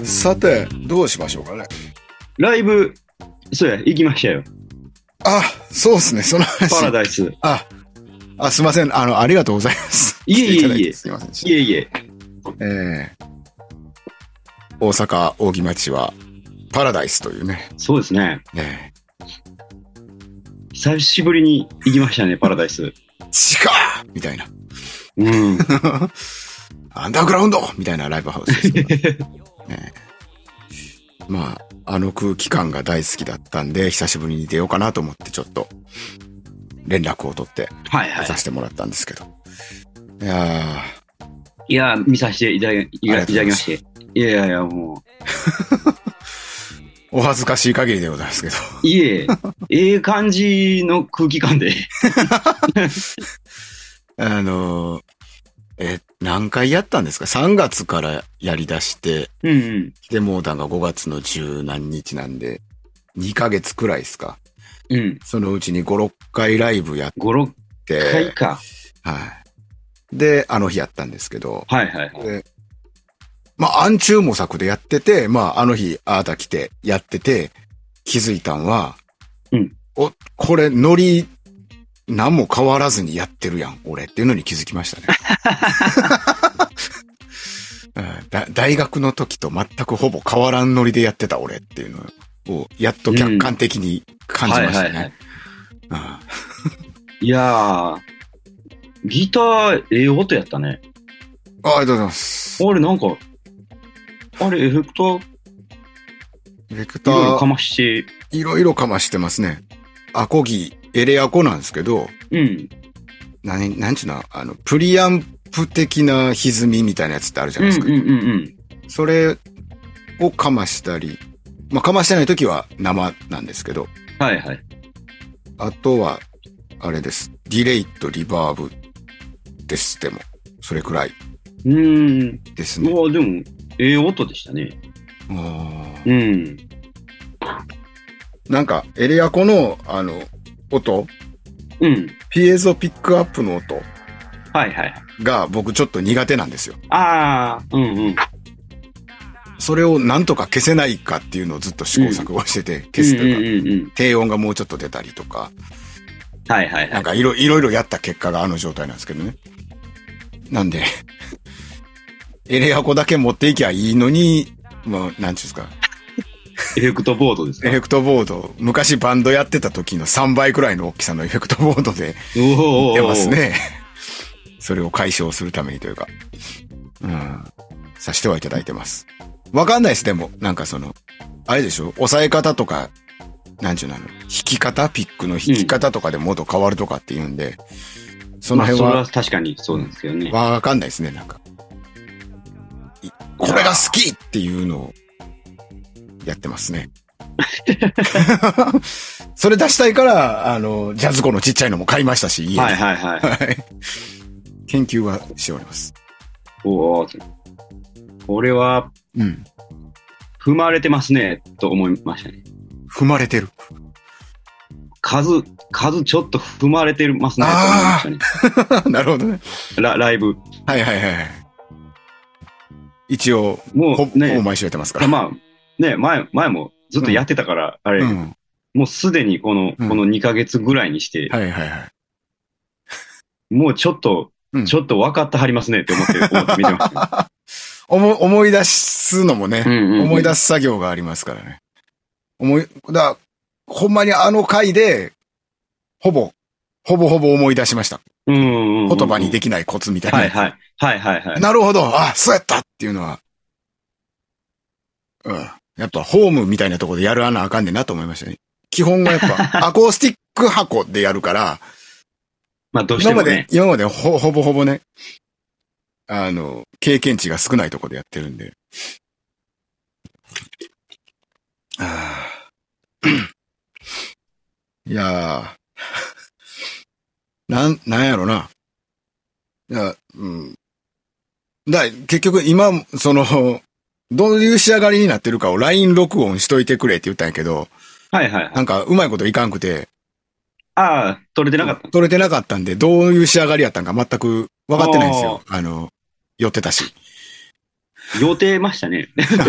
さて、どうしましょうかね。 ライブ、そうや、行きましたよ。 あ、そうですね、その話。 パラダイス。 すいません。ありがとうございます。 いえいえいえ。 すいませんでしいえいえ。 た。大阪扇町はパラダイスというね。 そうですね。 え久しぶりに行きましたね、パラダイス。 チカーみたいな。 うん。 アンダーグラウンドみたいなライブハウスですけど、まあ、あの空気感が大好きだったんで、久しぶりに出ようかなと思ってちょっと連絡を取ってはいはい。 させてもらったんですけど。 いやー、見させていただきまして。いやいや、もう。お恥ずかしい限りでございますけど。 いえ、ええ感じの空気感で。 何回やったんですか ?3 月からやり出して、 うんうん。 で、もうが5月の十何日なんで、2ヶ月くらいですか。 うん。 そのうちに5、6回ライブやって、 5、6回か。 はい。で、あの日やったんですけど、 はいはいはい。 でまあ、暗中模索でやってて、まあ、あの日、あーた来てやってて、気づいたんは、 うん。 これ、ノリ、何も変わらずにやってるやん、俺っていうのに気づきましたね。大学の時と全くほぼ変わらんノリでやってた俺っていうのを、やっと客観的に感じましたね。 いやー、ギター、ええ音やったね。 ありがとうございます。 あれなんか、あれエフェクター、いろいろかまして。 いろいろかましてますね。アコギ、エレアコなんですけど、 うん。 なんちゅうの、プリアンプ的な歪みみたいなやつってあるじゃないですか。それをかましたり、まあ、かましてない時は生なんですけど。 はいはい。 あとは、あれです。ディレイとリバーブです。でも、それくらい。ですね。 うわ、でも、ええ音でしたね。うん。 なんか、エレアコの、音。 うん。 ピエゾピックアップの音。 はいはい。 が僕ちょっと苦手なんですよ。 ああ、うんうん。 それをなんとか消せないかっていうのをずっと試行錯誤してて、消すというか、低音がもうちょっと出たりとか。 はいはいはい。 なんかいろいろやった結果があの状態なんですけどね。なんで、エレアコだけ持っていきゃいいのに、まあ、なんていうんですか。 エフェクトボードですか？ エフェクトボード。昔バンドやってた時の3倍くらいの大きさのエフェクトボードで出ますね。それを解消するためにというか。さしてはいただいてます。わかんないです、でも。なんかあれでしょ？押さえ方とか、なんちゅうの弾き方ピックの弾き方とかでもっと変わるとかって言うんで、その辺は。 それは確かにそうなんですけどね。 わかんないですね、なんか。これが好きっていうのをやってますね。それ出したいから、ジャズコのちっちゃいのも買いましたし、家で。はい。研究はしております。 おー。これは、踏まれてますね、と思いましたね。 踏まれてる。 数ちょっと踏まれてますね、と思いましたね。 なるほどね。 ライブ。 はいはいはい。一応、 もうね、 ほぼ毎週やってますから。 まあ、ね、前もずっとやってたから、あれ、もうすでにこの2ヶ月ぐらいにして、 はいはいはい。 もうちょっと分かってはりますねって思って見てました。 思い出すのもね、思い出す作業がありますからね。ほんまにあの回で、ほぼ思い出しました。言葉にできないコツみたいな。 はい。 なるほど。あ、そうやったっていうのは、やっぱホームみたいなところでやるあかんねんなと思いましたね。基本はやっぱアコースティック箱でやるから、 まあどうしてもね。 今までほぼね、経験値が少ないところでやってるんで。いやー、なんやろな。いや、結局今、どういう仕上がりになってるかを LINE 録音しといてくれって言ったんやけど、なんかうまいこといかんくて、 取れてなかった。 取れてなかったんで、どういう仕上がりやったんか全く分かってないんですよ。寄ってたし。 予定ましたね。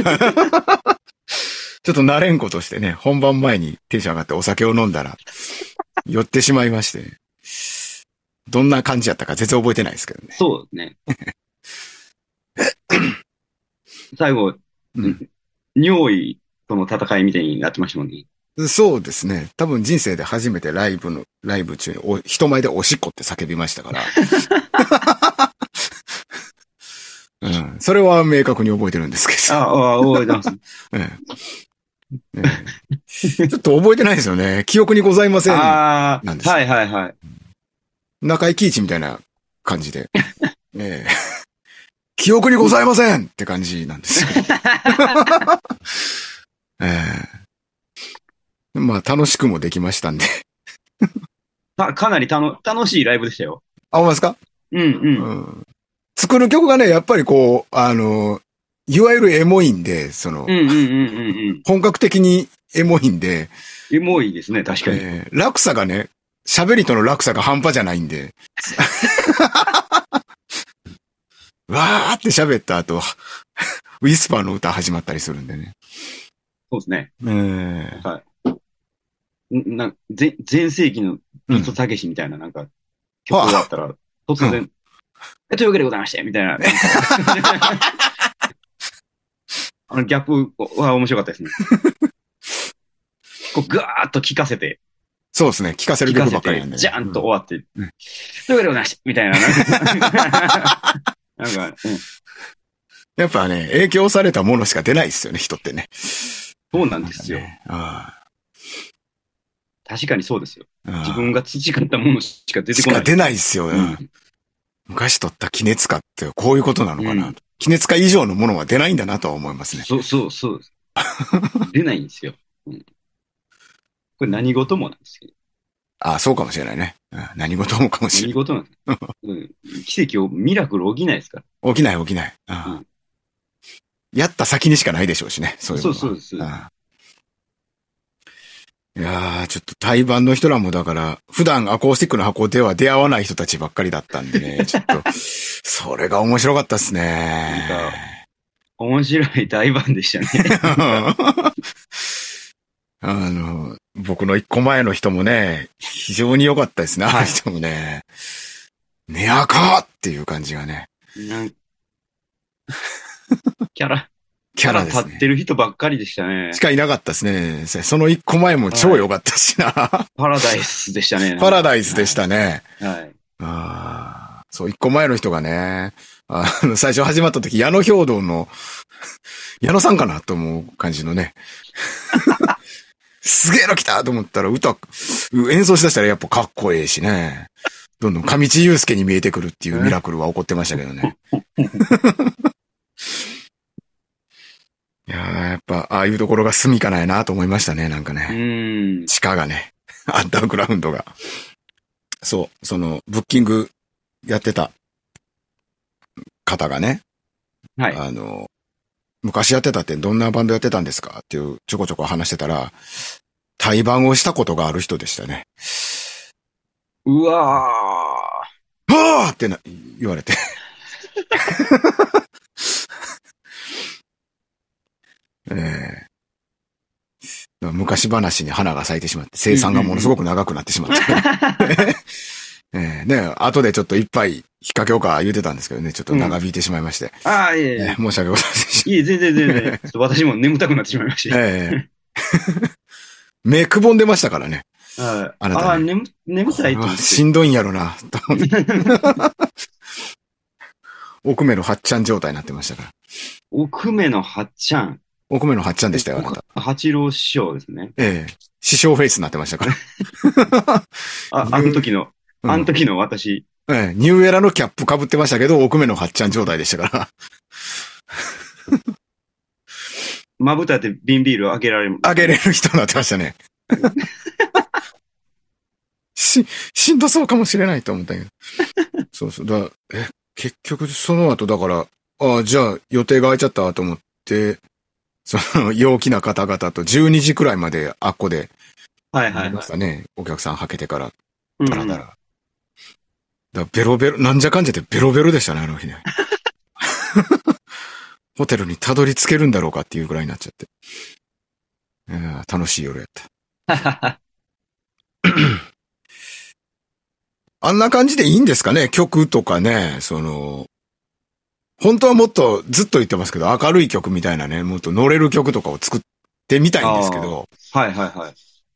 ちょっと慣れんことしてね、本番前にテンション上がってお酒を飲んだら、酔ってしまいまして、ね、どんな感じやったか全然覚えてないですけどね。 そうね。最後、尿意との戦いみたいになってましたもんね。 そうですね。多分人生で初めてライブ中に人前でおしっこって叫びましたから。うん、それは明確に覚えてるんですけど。 覚えてます。 ちょっと覚えてないですよね。記憶にございません。なんです。 はいはいはい。 中井貴一みたいな感じで。記憶にございませんって感じなんですよ。まあ楽しくもできましたんで。 かなり楽しいライブでしたよ。 あ、思いますか？ うん。 作る曲がね、やっぱりこう、いわゆるエモいんで、本格的にエモいんで。 エモいですね、確かに。 落差がね、喋りとの落差が半端じゃないんで。わーって喋った後、ウィスパーの歌始まったりするんでね。 そうですね。はい。前世紀のビートたけしみたいな、なんか、曲終わったら、突然、というわけでございまして、みたいな。ギャップは面白かったですね。こう、ガーッと聞かせて。 そうですね。聞かせる曲ばっかりなんで、ね。 ジャーンと終わって。というわけでございました、みたいな。なんか、 やっぱね、影響されたものしか出ないですよね、人ってね。 そうなんですよ。確かにそうですよ。自分が培ったものしか出てこない。 しか出ないですよ。昔取ったキネツカってこういうことなのかな。キネツカ以上のものは出ないんだなとは思いますね。 そう。出ないんですよ。これ何事もなんですけど。 そうかもしれないね。何事もかもしれない。 何事なんです。奇跡を、ミラクル起きないですか？ 起きない。やった先にしかないでしょうしね。そういうのは。 そうです。 いやー、ちょっと対バンの人らもだから、普段アコースティックの箱では出会わない人たちばっかりだったんでね、ちょっと、それが面白かったっすね。 なんか、面白い対バンでしたね。僕の一個前の人もね、非常に良かったですね。あの人もね、ねやかっていう感じがね。 キャラですね。立ってる人ばっかりでしたね。 しかいなかったですね。その一個前も超良かったしな。 パラダイスでしたね。 パラダイスでしたね。 そう、 一個前の人がね、最初始まった時、矢野兵道の、矢野さんかなと思う感じのね。すげえの来たと思ったら演奏しだしたらやっぱかっこええしね。どんどん上地雄介に見えてくるっていうミラクルは起こってましたけどね。いやー、やっぱ、ああいうところが住みかないなと思いましたね、なんかね。地下がね、アンダーグラウンドが。そう、ブッキングやってた方がね、昔やってたってどんなバンドやってたんですかっていうちょこちょこ話してたら、対バンをしたことがある人でしたね。 うわー。はーって言われて。昔話に花が咲いてしまって、生産がものすごく長くなってしまって。ね、後でちょっと一杯引っ掛けようか言うてたんですけどね、ちょっと長引いてしまいまして。申し訳ございません。 いえ、全然。私も眠たくなってしまいました。 目くぼんでましたからね。あなた、 眠たいと思って。 しんどいんやろな、と思って。奥目のはっちゃん状態になってましたから。 奥目のはっちゃん。 奥目のはっちゃんでしたよ、あなた。 八郎師匠ですね。 師匠フェイスになってましたから。 あの時の私。 ニューエラのキャップ被ってましたけど、奥目のはっちゃん状態でしたから。 まぶたで瓶ビール開けられる。 開けれる人になってましたね。しんどそうかもしれないと思ったけど。そう。結局その後だから、じゃあ予定が空いちゃったと思って、陽気な方々と12時くらいまであっこで。ましたね。お客さんはけてから、だらだら。ベロベロ、なんじゃかんじゃでベロベロでしたね、あの日ね。 ホテルにたどり着けるんだろうかっていうぐらいになっちゃって。楽しい夜やった。あんな感じでいいんですかね、曲とかね、本当はもっとずっと言ってますけど、明るい曲みたいなね、もっと乗れる曲とかを作ってみたいんですけど。 はいはいはい。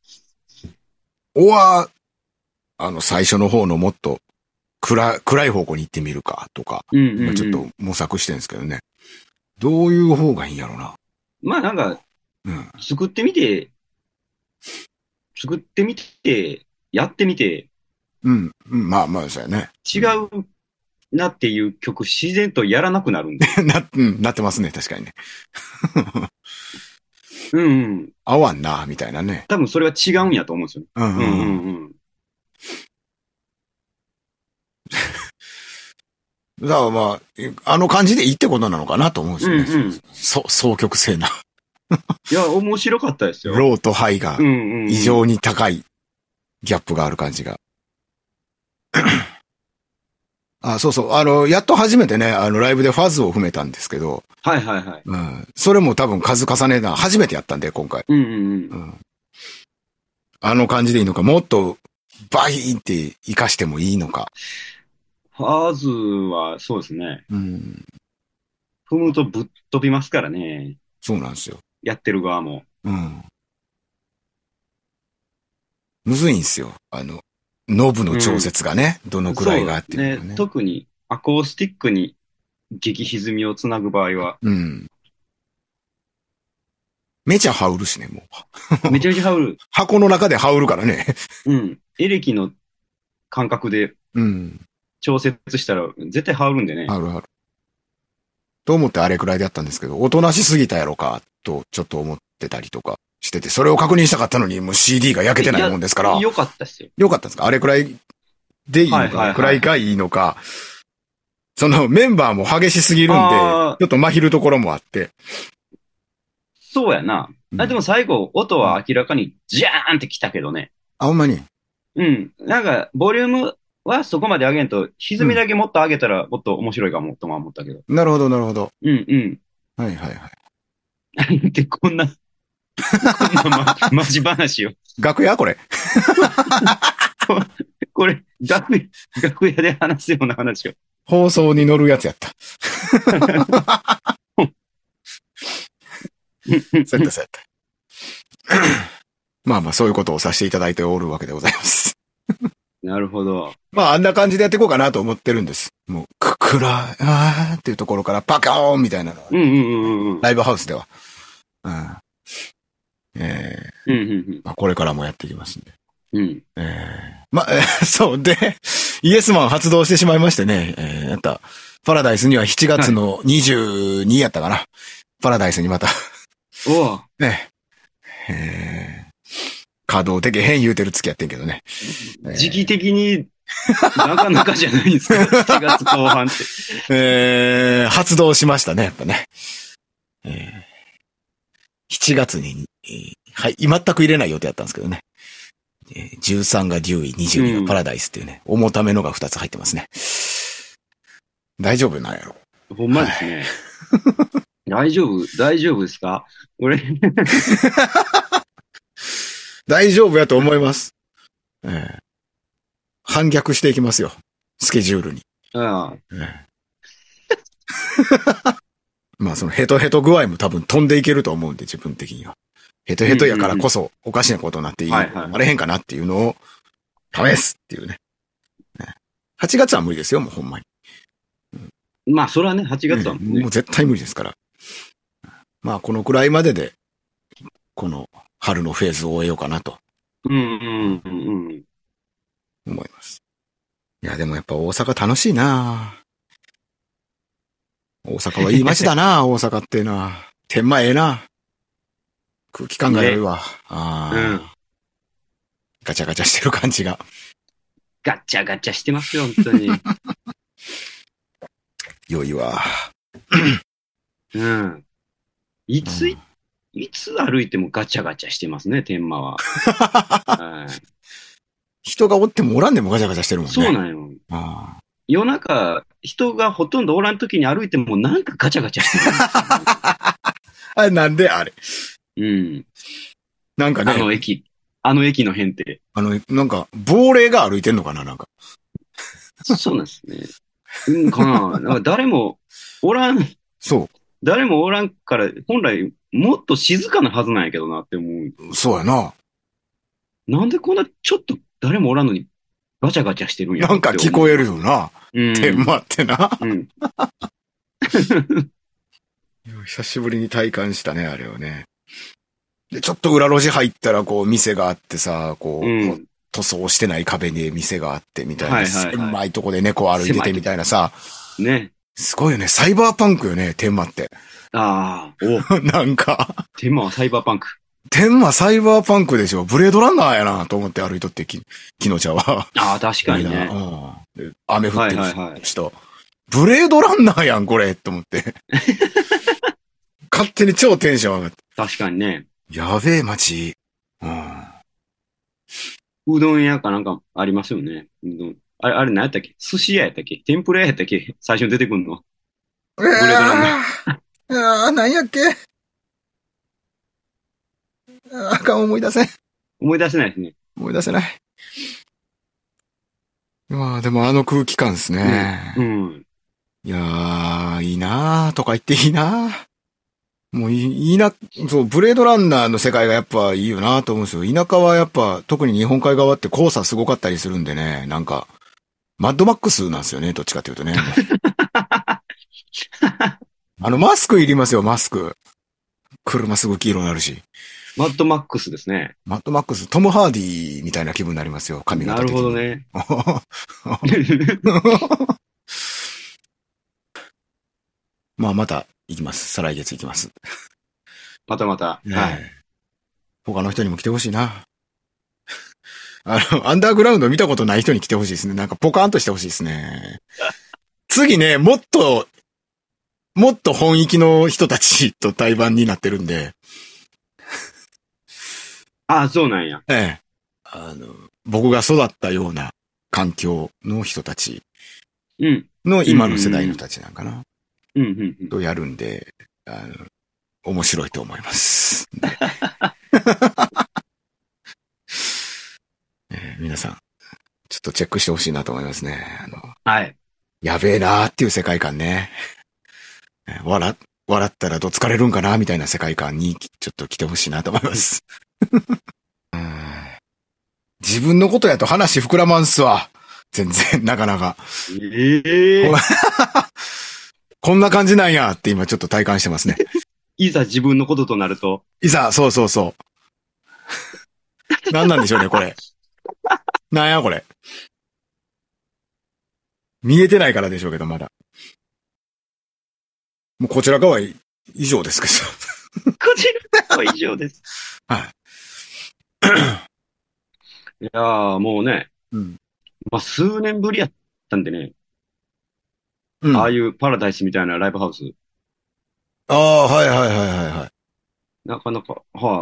最初の方のもっと暗い方向に行ってみるかとか、今ちょっと模索してるんですけどね。どういう方がいいんやろうな。 まあなんか、作ってみて、やってみて、 まあまあ、そうやね。 違うなっていう曲、自然とやらなくなるんで。 なってますね、確かにね。合わんな、みたいなね。 多分それは違うんやと思うんですよ。 だからまあ、あの感じでいいってことなのかなと思うんですよね。双極性な。 いや、面白かったですよ。 ローとハイが異常に高いギャップがある感じが。そうそう。やっと初めてね、ライブでファズを踏めたんですけど。 はいはいはい。 それも多分数重ねな、初めてやったんで、今回。あの感じでいいのか、もっとバイーンって活かしてもいいのか。 ファズは、そうですね。踏むとぶっ飛びますからね。 そうなんですよ。 やってる側も。 むずいんですよ。ノブの調節がね、どのくらいがっていうのね。 特にアコースティックに激歪みをつなぐ場合は。 めちゃ羽織るしね、もう。めちゃめちゃ羽織る。 箱の中で羽織るからね。 エレキの感覚で、調節したら絶対羽織るんでね。 羽織る。と思ってあれくらいでやったんですけど、おとなしすぎたやろか、とちょっと思ってたりとかしてて、それを確認したかったのに、もう CD が焼けてないもんですから。 よかったっすよ。 よかったんですか？あれくらいでいいのか、くらいがいいのか。メンバーも激しすぎるんで、ちょっとまひるところもあって。 そうやな。でも最後、音は明らかにジャーンってきたけどね。 ほんまに？ なんか、ボリュームはそこまで上げんと、歪みだけもっと上げたらもっと面白いかも、とは思ったけど。 なるほど、なるほど。はいはいはい。で、こんなマジ話を。 楽屋これ。 これ、楽屋で話すような話を。 放送に乗るやつやった。そうやった。まあまあ、そういうことをさせていただいておるわけでございます。 なるほど。 まあ、あんな感じでやっていこうかなと思ってるんです。もう、暗い、っていうところからパカーンみたいなの。ライブハウスでは。これからもやっていきますんで。そうで、イエスマン発動してしまいましてね、パラダイスには7月の22やったかな。パラダイスにまた稼働できへん言うてる月やってんけどね。 時期的になかなかじゃないですか。7月後半って。 発動しましたね、やっぱね。7月に、全く入れない予定だったんですけどね。13がデューイ、22がパラダイスっていうね、重ためのが2つ入ってますね。大丈夫なんやろ。 ほんまですね。大丈夫ですか？俺。 大丈夫やと思います。反逆していきますよ。スケジュールに。まあ、ヘトヘト具合も多分飛んでいけると思うんで、自分的には。ヘトヘトやからこそおかしなことになっていい。あれへんかなっていうのを試すっていうね。8月は無理ですよ、もうほんまに。 まあ、それはね、8月はもう絶対無理ですから。まあ、このくらいまでで、この春のフェーズを終えようかなと。思います。いや、でもやっぱ大阪楽しいな大阪はいい街だな大阪っていうのは。天満ええな空気感が良いわ。ガチャガチャしてる感じが。 ガチャガチャしてますよ、本当に。 良いわ。 いつ歩いてもガチャガチャしてますね、天満は。 人がおってもおらんでもガチャガチャしてるもんね。 そうなんよ。夜中、 人がほとんどおらん時に歩いてもなんかガチャガチャしてる。 あれなんであれ。 うん。 なんかね。 あの駅の辺って。 なんか、亡霊が歩いてんのかななんか。 そうなんですね。うんかな。なんか誰もおらん。 そう。 誰もおらんから、本来もっと静かなはずなんやけどなって思う。 そうやな。 なんでこんなちょっと誰もおらんのにガチャガチャしてるんやろなんか聞こえるよな。天満ってな。 うん。 久しぶりに体感したね、あれをね。で、ちょっと裏路地入ったら、こう、店があってさ、こう、塗装してない壁に店があってみたいな、狭いとこで猫歩いててみたいなさ。 ね。 すごいよね。サイバーパンクよね、天満って。 ああ、 なんか。 天満はサイバーパンク。 天満サイバーパンクでしょ。ブレードランナーやなと思って歩いとって、昨日ちゃんは。 ああ、確かにね。 雨降ってる人。ブレードランナーやん、これと思って。勝手に超テンション上がって。 確かにね。 やべえ街。 うどん屋かなんかありますよね。うどん。あれ何やったっけ？寿司屋やったっけ？天ぷら屋やったっけ？最初に出てくんの。ブレードランナー。何やっけ？あかん、思い出せん。 思い出せないですね。 思い出せない。まあ、でもあの空気感ですね。いやー、いいなーとか言っていいなー。もういいな、そう、ブレードランナーの世界がやっぱいいよなと思うんですよ。田舎はやっぱ、特に日本海側って黄砂すごかったりするんでね、なんか、マッドマックスなんですよね、どっちかっていうとね。マスクいりますよ、マスク。車すぐ黄色になるし。 マッドマックスですね。 マッドマックス、トム・ハーディみたいな気分になりますよ、髪型的に。 なるほどね。 まあ、また行きます。再来月行きます。 また。はい。 他の人にも来てほしいな。アンダーグラウンド見たことない人に来てほしいですね。なんかポカーンとしてほしいですね。次ね、もっと本域の人たちと対バンになってるんで。 ああ、そうなんや。 ええ。僕が育ったような環境の人たちの今の世代の人たちなんかな。とやるんで、面白いと思います。皆さん、ちょっとチェックしてほしいなと思いますね。 はい。 やべえなーっていう世界観ね。笑ったらどつかれるんかなみたいな世界観にちょっと来てほしいなと思います。自分のことやと話膨らまんすわ。全然、なかなか。こんな感じなんやって今ちょっと体感してますね。 いざ自分のこととなると。 そう。何なんでしょうね、これ。なんや、これ。見えてないからでしょうけど、まだ。もうこちら側以上ですけど。こちら側以上です。 はい。 いやー、もうね。まあ、数年ぶりやったんでね。ああいうパラダイスみたいなライブハウス。 ああ、はい。 なかなか、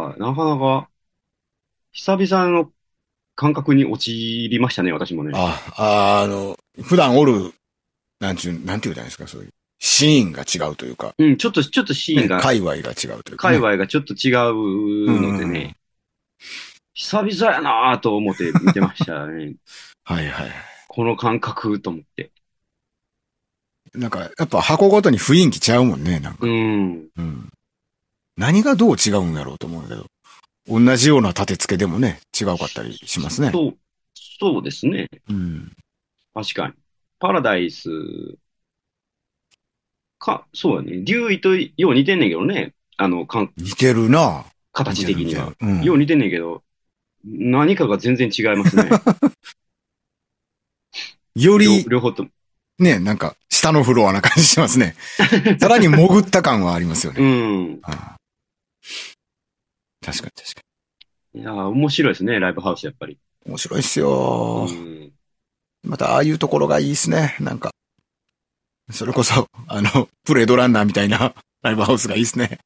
久々の感覚に陥りましたね、私もね。 普段おる、なんて言うんですか、そういう。シーンが違うというか。 ちょっとシーンが。 界隈が違うというか。 界隈がちょっと違うのでね。久々やなぁと思って見てましたね。 はい。 この感覚と思って。 なんか、やっぱ箱ごとに雰囲気ちゃうもんね、なんか。何がどう違うんやろうと思うけど。同じような立て付けでもね、違うかったりしますね。 そうですね。確かに。パラダイスそうやね。デューイとよう似てんねんけどね。 似てるな。 形的には。よう似てんねんけど、何かが全然違いますね。 より、 両方とも。 ね、なんか、下のフロアな感じしますね。さらに潜った感はありますよね。確かに。いや面白いですね、ライブハウスやっぱり。 面白いっすよ。また、ああいうところがいいっすね、なんか。それこそ、プレードランナーみたいなライブハウスがいいっすね。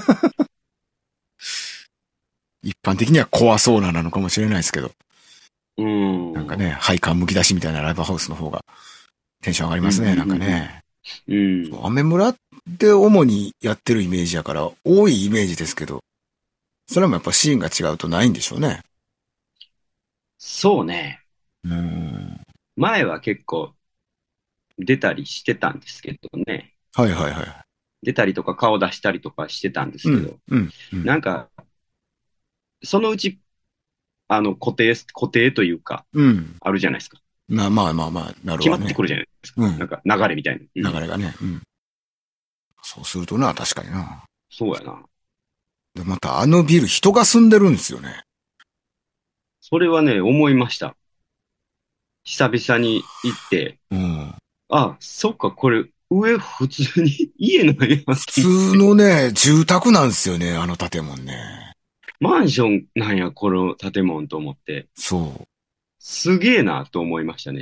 一般的には怖そうなのかもしれないですけど。 なんかね、配管むき出しみたいなライブハウスの方がテンション上がりますね、なんかね。アメ村で主にやってるイメージやから、多いイメージですけど、それもやっぱシーンが違うとないんでしょうね。 そうね。前は結構出たりしてたんですけどね。 はいはいはい。 出たりとか顔出したりとかしてたんですけど、なんか、そのうち、固定というか、あるじゃないですか。 まあ、なるほどね。 決まってくるじゃないですか。なんか流れみたいな。流れがね。そうするとな、確かにな。 そうやな。 で、またあのビル人が住んでるんですよね。 それはね、思いました。久々に行って、あ、そっか、これ、上普通に家なんや。 普通のね、住宅なんですよね、あの建物ね。 マンションなんや、この建物と思って。 そう。 すげえな、と思いましたね。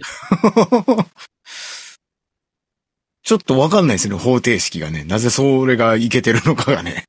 ちょっとわかんないですね、方程式がね。なぜそれがいけてるのかがね。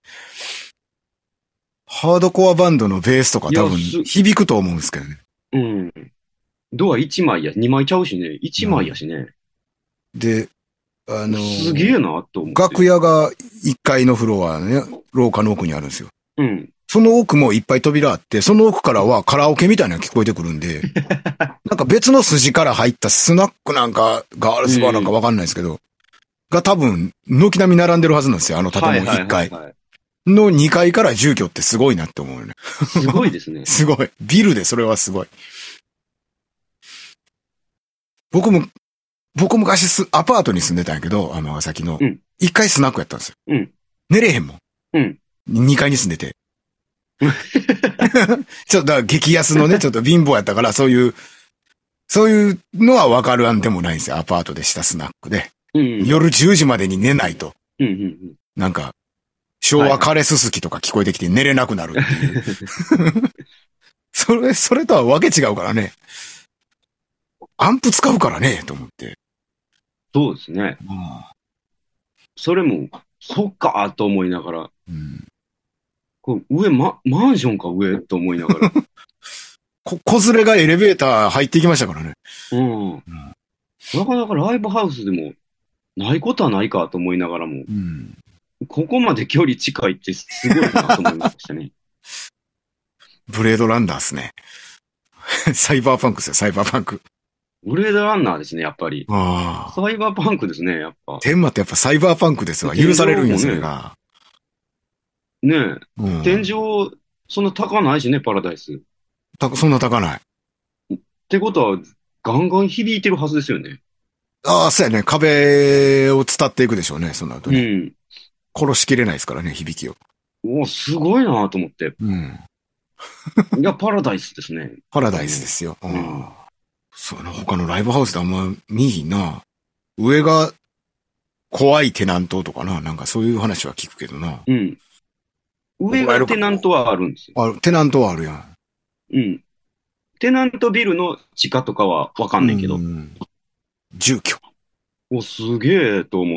ハードコアバンドのベースとか多分響くと思うんですけどね。 ドア1枚や、2枚ちゃうしね。1枚やしね。 で、 すげえな、と思って。 楽屋が1階のフロアね、廊下の奥にあるんですよ。その奥もいっぱい扉あって、その奥からはカラオケみたいなのが聞こえてくるんで、なんか別の筋から入ったスナックなんか、ガールズバーなんかわかんないですけど、が多分、軒並み並んでるはずなんですよ、あの建物1階。の2階から住居ってすごいなって思うよね。 すごいですね。 すごい。ビルでそれはすごい。僕昔アパートに住んでたんやけど、尼崎の。1階スナックやったんですよ。寝れへんもん。2階に住んでて。ちょっと、激安のね、ちょっと貧乏やったから、そういうのはわかるあんでもないんですよ。アパートでしたスナックで。夜10時までに寝ないと。なんか、昭和枯れすすきとか聞こえてきて寝れなくなるっていう。それとはわけ違うからね。アンプ使うからね、と思って。 そうですね。それも、そっかと思いながら。これ上、マンションか上と思いながら。 子連れがエレベーター入ってきましたからね。 なかなかライブハウスでも、ないことはないかと思いながらも。ここまで距離近いってすごいなと思いましたね。 ブレードランナーっすね。サイバーパンクですよ、サイバーパンク。 ブレードランナーですね、やっぱり。サイバーパンクですね、やっぱ。 天馬ってやっぱサイバーパンクですわ。許されるんや、それが。 ねえ。天井、そんな高ないしね、パラダイス。 そんな高ない。 ってことは、ガンガン響いてるはずですよね。 ああ、そうやね。壁を伝っていくでしょうね、その後ね。殺しきれないですからね、響きを。 すごいなと思って。いや、パラダイスですね。 パラダイスですよ。そうな、他のライブハウスであんま見ひんな。上が怖いテナントとかな。なんかそういう話は聞くけどな。 上がテナントはあるんですよ。 テナントはあるやん。 テナントビルの地下とかはわかんないけど。 住居。 すげえと思って。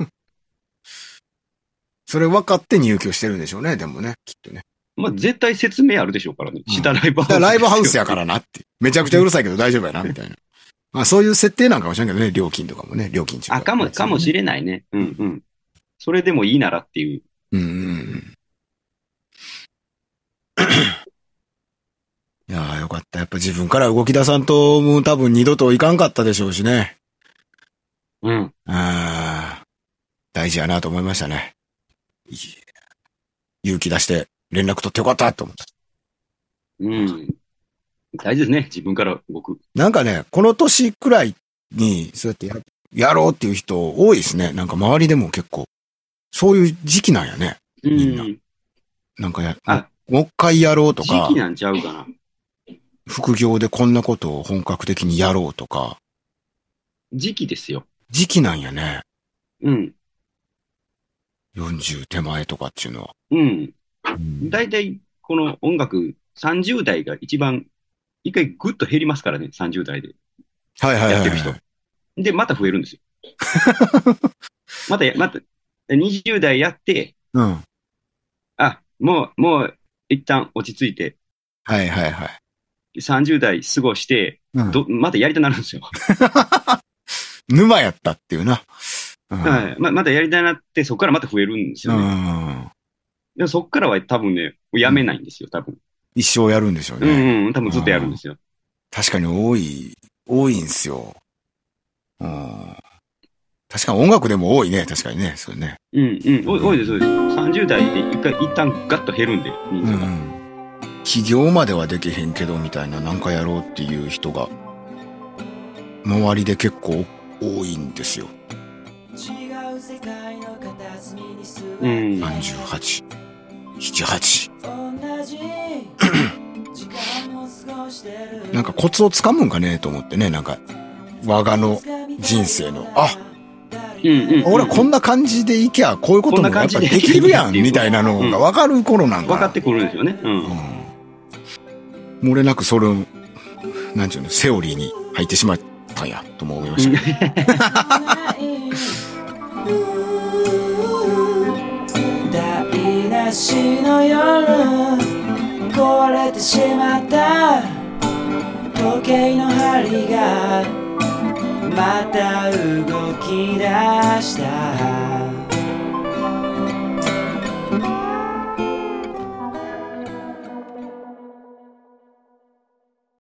それ分かって入居してるんでしょうね、でもね、きっとね。 まあ、絶対説明あるでしょうからね。下ライブハウス。 下ライブハウスやからなって。めちゃくちゃうるさいけど大丈夫やな、みたいな。まあ、そういう設定なんかもしれんけどね、料金とかもね、料金中。 かもしれないね。それでもいいならっていう。 いやーよかった。やっぱ自分から動き出さんと、もう多分二度といかんかったでしょうしね。大事やなと思いましたね。勇気出して連絡取ってよかったと思った。 大事ですね。自分から動く。 なんかね、この年くらいに、そうやってやろうっていう人多いですね。なんか周りでも結構、そういう時期なんやね。みんな。なんかもう一回やろうとか。 時期なんちゃうかな。 副業でこんなことを本格的にやろうとか。 時期ですよ。 時期なんやね。40手前とかっていうのは。 大体、この音楽、30代が一番、一回ぐっと減りますからね、30代で。やってる人。で、また増えるんですよ。また、20代やって、もう、一旦落ち着いて。 30代過ごして、またやりたなるんですよ。 沼やったっていうな。 はい。またやりたいなって、そこからまた増えるんですよね。でもそこからは多分ね、やめないんですよ、多分。 一生やるんでしょうね。 多分ずっとやるんですよ。 確かに多いんすよ。確かに音楽でも多いね、確かにね、それね。 多いです、多いです。30代で一旦ガッと減るんで、人数が。 起業まではできへんけどみたいな、なんかやろうっていう人が、周りで結構多いんですよ。38、7、8。なんかコツをつかむんかねと思ってね、なんか、我がの人生の、俺はこんな感じでいきゃ、こういうこともやっぱできるやん、みたいなのが分かる頃なんかな。 分かってくるんですよね。 漏れなくそれを、なんちゅうの、セオリーに入ってしまったんや、とも思いましたけど。台無しの夜、壊れてしまった時計の針がまた動き出した。